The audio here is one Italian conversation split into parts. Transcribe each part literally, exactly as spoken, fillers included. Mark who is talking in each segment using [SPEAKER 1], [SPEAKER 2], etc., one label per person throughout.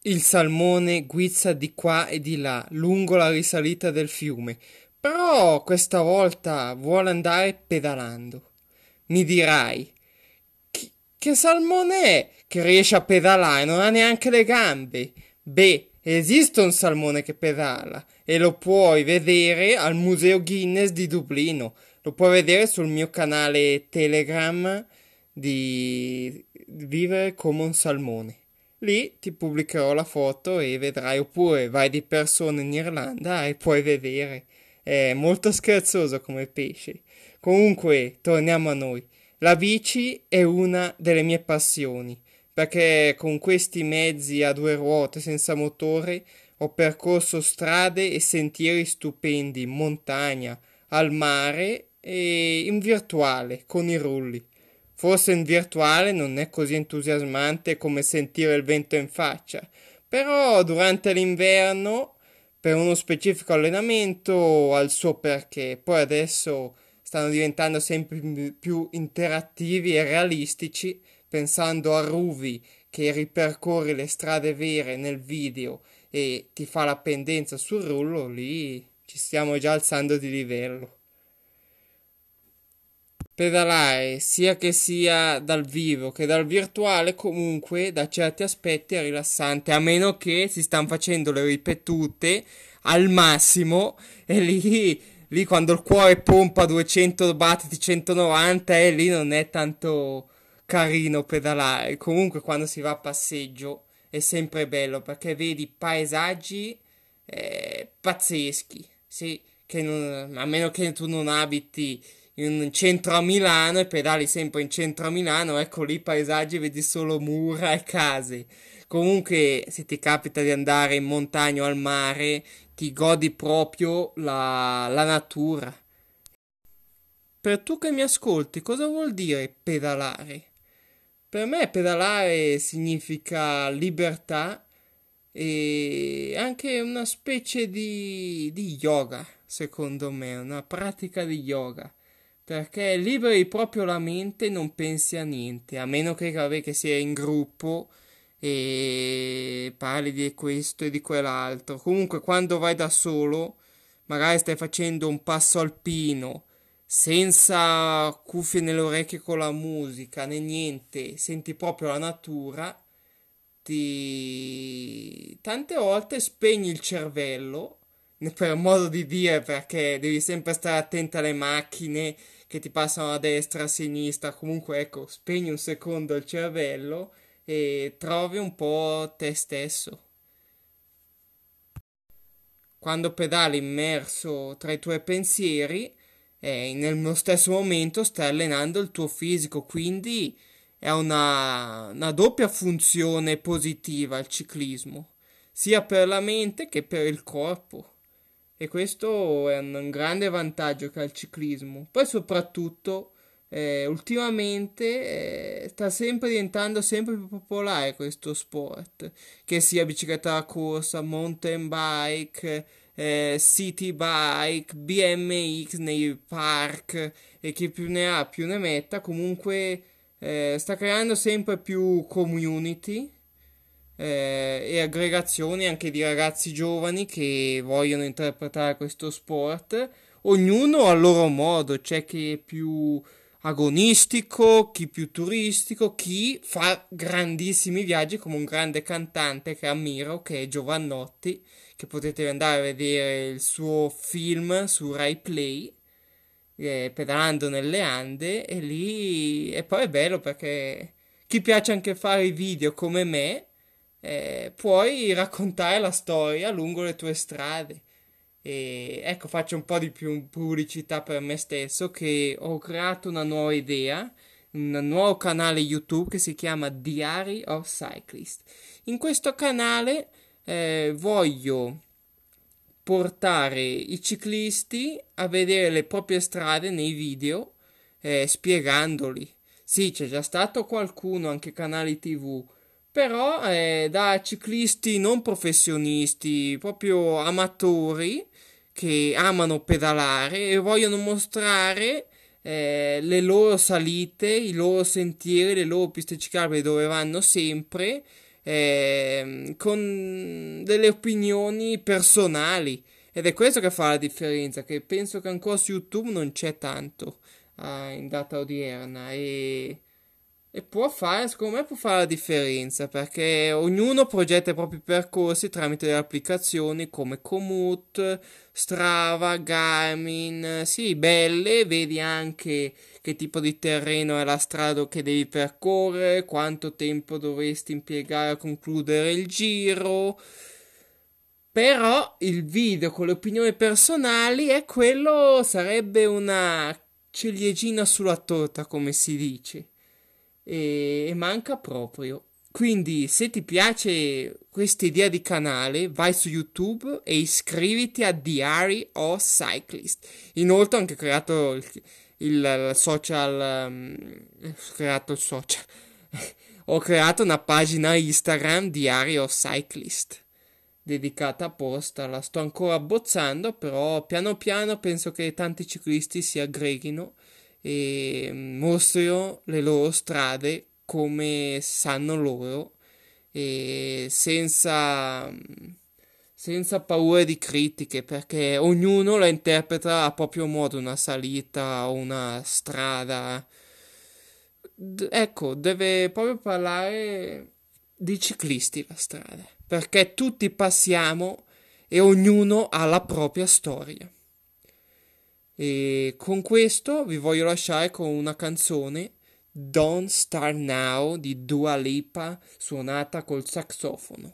[SPEAKER 1] Il salmone guizza di qua e di là lungo la risalita del fiume, però questa volta vuole andare pedalando. Mi dirai, chi- che salmone è che riesce a pedalare e non ha neanche le gambe? Beh, esiste un salmone che pedala e lo puoi vedere al Museo Guinness di Dublino. Lo puoi vedere sul mio canale Telegram di Vivere come un salmone. Lì ti pubblicherò la foto e vedrai, oppure vai di persona in Irlanda e puoi vedere. È molto scherzoso come pesce. Comunque, torniamo a noi. La bici è una delle mie passioni, perché con questi mezzi a due ruote senza motore ho percorso strade e sentieri stupendi in montagna, al mare e in virtuale con i rulli. Forse in virtuale non è così entusiasmante come sentire il vento in faccia, però durante l'inverno, per uno specifico allenamento, ha il suo perché. Poi adesso stanno diventando sempre più interattivi e realistici, pensando a Ruvi che ripercorre le strade vere nel video e ti fa la pendenza sul rullo, lì ci stiamo già alzando di livello. Pedalare, sia che sia dal vivo che dal virtuale, comunque da certi aspetti è rilassante, a meno che si stanno facendo le ripetute al massimo e lì, lì quando il cuore pompa duecento battiti, centonovanta e lì non è tanto carino pedalare. Comunque quando si va a passeggio è sempre bello perché vedi paesaggi eh, pazzeschi, sì, che non- a meno che tu non abiti in centro a Milano e pedali sempre in centro a Milano, ecco lì i paesaggi, vedi solo mura e case. Comunque, se ti capita di andare in montagna o al mare, ti godi proprio la, la natura. Per tu che mi ascolti, cosa vuol dire pedalare? Per me pedalare significa libertà e anche una specie di, di yoga, secondo me, una pratica di yoga. Perché liberi proprio la mente e non pensi a niente, a meno che, vabbè, che sia in gruppo e parli di questo e di quell'altro. Comunque, quando vai da solo, magari stai facendo un passo alpino, senza cuffie nelle orecchie con la musica né niente, senti proprio la natura, ti... tante volte spegni il cervello, per modo di dire, perché devi sempre stare attento alle macchine che ti passano a destra, a sinistra, comunque ecco, spegni un secondo il cervello e trovi un po' te stesso. Quando pedali immerso tra i tuoi pensieri, eh, nello stesso momento stai allenando il tuo fisico, quindi è una, una doppia funzione positiva il ciclismo, sia per la mente che per il corpo. E questo è un, un grande vantaggio che ha il ciclismo. Poi soprattutto, eh, ultimamente, eh, sta sempre diventando sempre più popolare questo sport, che sia bicicletta da corsa, mountain bike, eh, city bike, B M X nei park e chi più ne ha più ne metta. Comunque, eh, sta creando sempre più community eh, e aggregazioni anche di ragazzi giovani che vogliono interpretare questo sport, ognuno al loro modo, c'è chi è più agonistico, chi più turistico, chi fa grandissimi viaggi come un grande cantante che ammiro, che è Giovannotti, che potete andare a vedere il suo film su Rai Play, eh, pedalando nelle Ande, e lì e poi è bello perché chi piace anche fare i video come me eh, puoi raccontare la storia lungo le tue strade. E ecco, faccio un po' di più pubblicità per me stesso che ho creato una nuova idea, un nuovo canale YouTube che si chiama Diary of Cyclist. In questo canale eh, voglio portare i ciclisti a vedere le proprie strade nei video, eh, spiegandoli. Sì, c'è già stato qualcuno, anche canali T V, però eh, da ciclisti non professionisti, proprio amatori che amano pedalare e vogliono mostrare eh, le loro salite, i loro sentieri, le loro piste ciclabili dove vanno sempre, ehm, con delle opinioni personali. Ed è questo che fa la differenza, che penso che ancora su YouTube non c'è tanto eh, in data odierna e, e può fare, secondo me può fare la differenza perché ognuno progetta i propri percorsi tramite le applicazioni come Komoot, Strava, Garmin, sì, belle, vedi anche che tipo di terreno è la strada che devi percorrere, quanto tempo dovresti impiegare a concludere il giro. Però il video con le opinioni personali è quello, sarebbe una ciliegina sulla torta, come si dice. E, e manca proprio. Quindi, se ti piace questa idea di canale, vai su YouTube e iscriviti a Diary of Cyclist. Inoltre ho anche creato il, il social, um, ho creato il social. Ho creato una pagina Instagram Diary of Cyclist dedicata apposta, la sto ancora abbozzando, però piano piano penso che tanti ciclisti si aggreghino e mostrino le loro strade come sanno loro e senza, senza paura di critiche, perché ognuno la interpreta a proprio modo, una salita o una strada. D- ecco, deve proprio parlare di ciclisti la strada, perché tutti passiamo e ognuno ha la propria storia. E con questo vi voglio lasciare con una canzone, Don't Start Now di Dua Lipa, suonata col sassofono.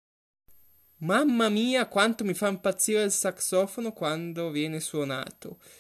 [SPEAKER 1] Mamma mia, quanto mi fa impazzire il sassofono quando viene suonato.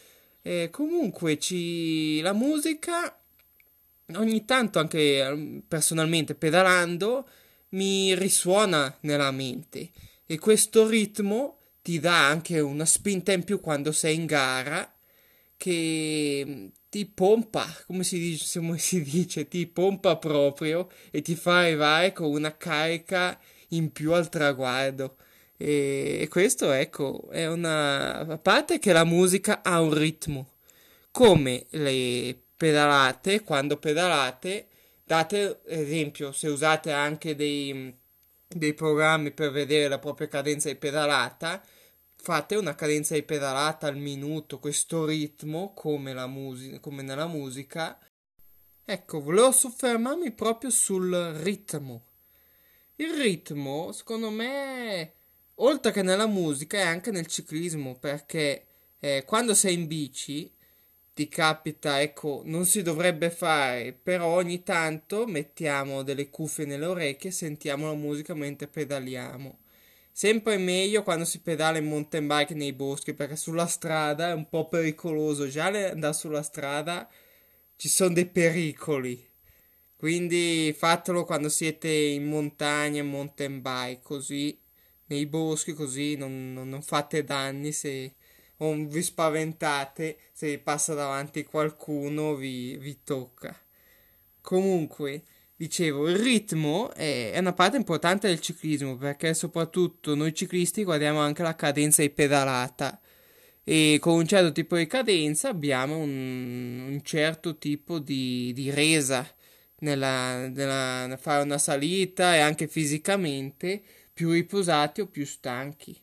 [SPEAKER 1] E comunque ci... la musica ogni tanto anche eh, personalmente pedalando mi risuona nella mente e questo ritmo ti dà anche una spinta in più quando sei in gara che mm, ti pompa, come si dice, come si dice, ti pompa proprio e ti fa arrivare con una carica in più al traguardo. E, e questo, ecco, è una... a parte che la musica ha un ritmo, come le pedalate, quando pedalate, date esempio, se usate anche dei, dei programmi per vedere la propria cadenza di pedalata, fate una cadenza di pedalata al minuto, questo ritmo, come, la musica, come nella musica. Ecco, volevo soffermarmi proprio sul ritmo. Il ritmo, secondo me, oltre che nella musica, è anche nel ciclismo, perché eh, quando sei in bici ti capita, ecco, non si dovrebbe fare, però ogni tanto mettiamo delle cuffie nelle orecchie e sentiamo la musica mentre pedaliamo. Sempre meglio quando si pedala in mountain bike nei boschi, perché sulla strada è un po' pericoloso, già andare sulla strada ci sono dei pericoli. Quindi fatelo quando siete in montagna, in mountain bike, così nei boschi, così non, non- non fate danni se o vi spaventate se passa davanti qualcuno vi, vi tocca. Comunque, dicevo, il ritmo è, è una parte importante del ciclismo perché soprattutto noi ciclisti guardiamo anche la cadenza di pedalata e con un certo tipo di cadenza abbiamo un, un certo tipo di, di resa nella, nella- nel fare una salita e anche fisicamente più riposati o più stanchi.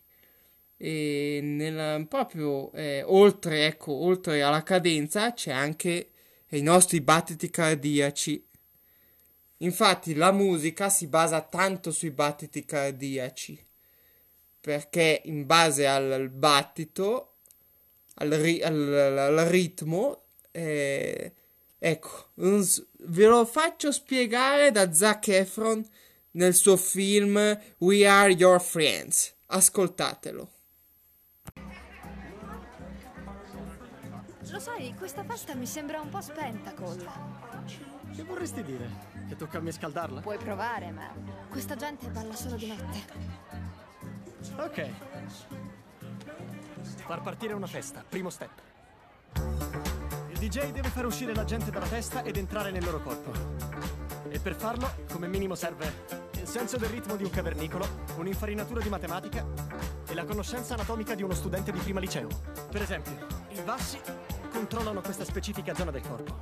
[SPEAKER 1] E nella, proprio eh, oltre, ecco, oltre alla cadenza c'è anche i nostri battiti cardiaci. Infatti la musica si basa tanto sui battiti cardiaci perché in base al, al battito, al, ri- al- al- al ritmo, eh, ecco, un s- ve lo faccio spiegare da Zac Efron nel suo film We Are Your Friends. Ascoltatelo.
[SPEAKER 2] Lo sai, questa festa mi sembra un po' spenta, Cole.
[SPEAKER 3] Che vorresti dire? Che tocca a me scaldarla?
[SPEAKER 2] Puoi provare, ma questa gente balla solo di notte.
[SPEAKER 3] Ok. Far partire una festa, primo step. Il D J deve far uscire la gente dalla testa ed entrare nel loro corpo. E per farlo, come minimo serve il senso del ritmo di un cavernicolo, un'infarinatura di matematica e la conoscenza anatomica di uno studente di prima liceo. Per esempio, i bassi controllano questa specifica zona del corpo.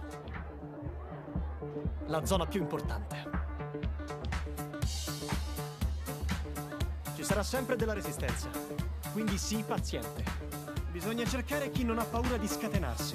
[SPEAKER 3] La zona più importante. Ci sarà sempre della resistenza, quindi sii paziente. Bisogna cercare chi non ha paura di scatenarsi.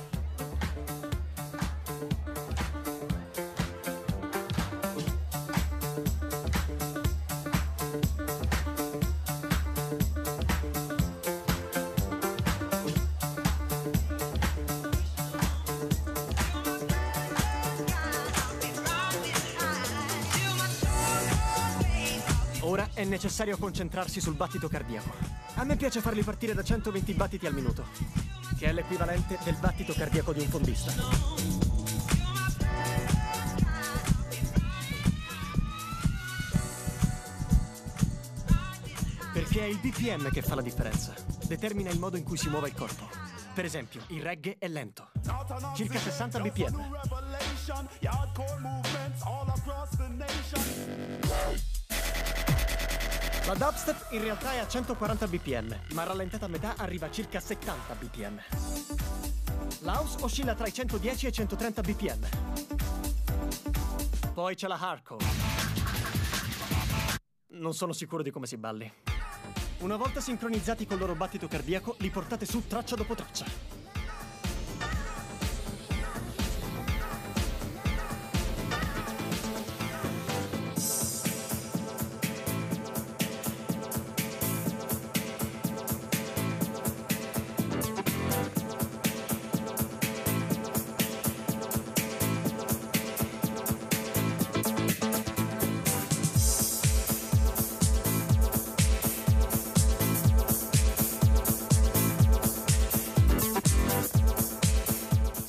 [SPEAKER 3] Ora è necessario concentrarsi sul battito cardiaco. A me piace farli partire da centoventi battiti al minuto, che è l'equivalente del battito cardiaco di un fondista. Perché è il B P M che fa la differenza. Determina il modo in cui si muove il corpo. Per esempio, il reggae è lento, circa sessanta B P M. La dubstep in realtà è a centoquaranta B P M, ma rallentata a metà arriva a circa settanta B P M. L'house oscilla tra i centodieci e i centotrenta B P M. Poi c'è la hardcore. Non sono sicuro di come si balli. Una volta sincronizzati col loro battito cardiaco, li portate su traccia dopo traccia.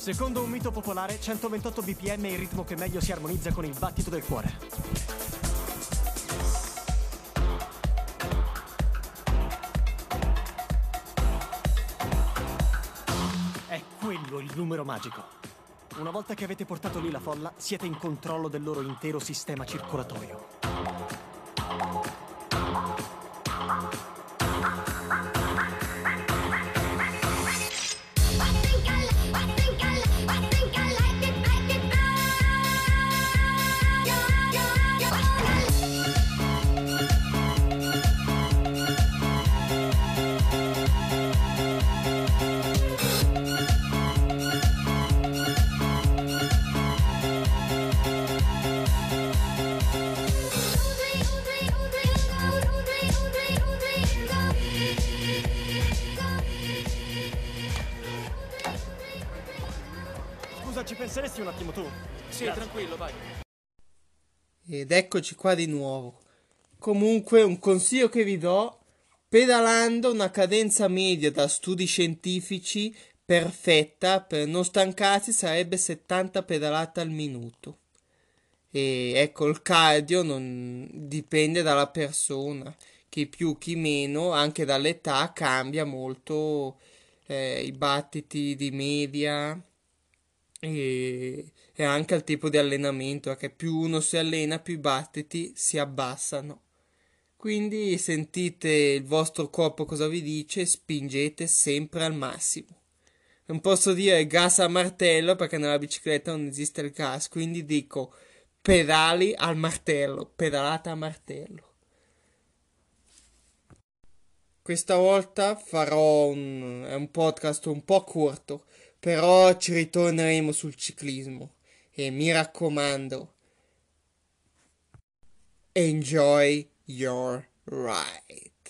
[SPEAKER 3] Secondo un mito popolare, centoventotto bpm è il ritmo che meglio si armonizza con il battito del cuore. È quello il numero magico. Una volta che avete portato lì la folla, siete in controllo del loro intero sistema circolatorio. Scusa, ci penseresti un attimo tu?
[SPEAKER 4] Sì,
[SPEAKER 3] Grazie.
[SPEAKER 4] tranquillo, vai.
[SPEAKER 1] Ed eccoci qua di nuovo. Comunque un consiglio che vi do: pedalando una cadenza media da studi scientifici perfetta per non stancarsi sarebbe settanta pedalate al minuto. E ecco, il cardio non dipende dalla persona, chi più chi meno, anche dall'età cambia molto eh, i battiti di media e, e anche il tipo di allenamento, perché più uno si allena più i battiti si abbassano. Quindi sentite il vostro corpo cosa vi dice e spingete sempre al massimo. Non posso dire gas a martello perché nella bicicletta non esiste il gas, quindi dico pedali al martello, pedalata a martello. Questa volta farò un, è un podcast un po' corto, però ci ritorneremo sul ciclismo e mi raccomando, enjoy your ride.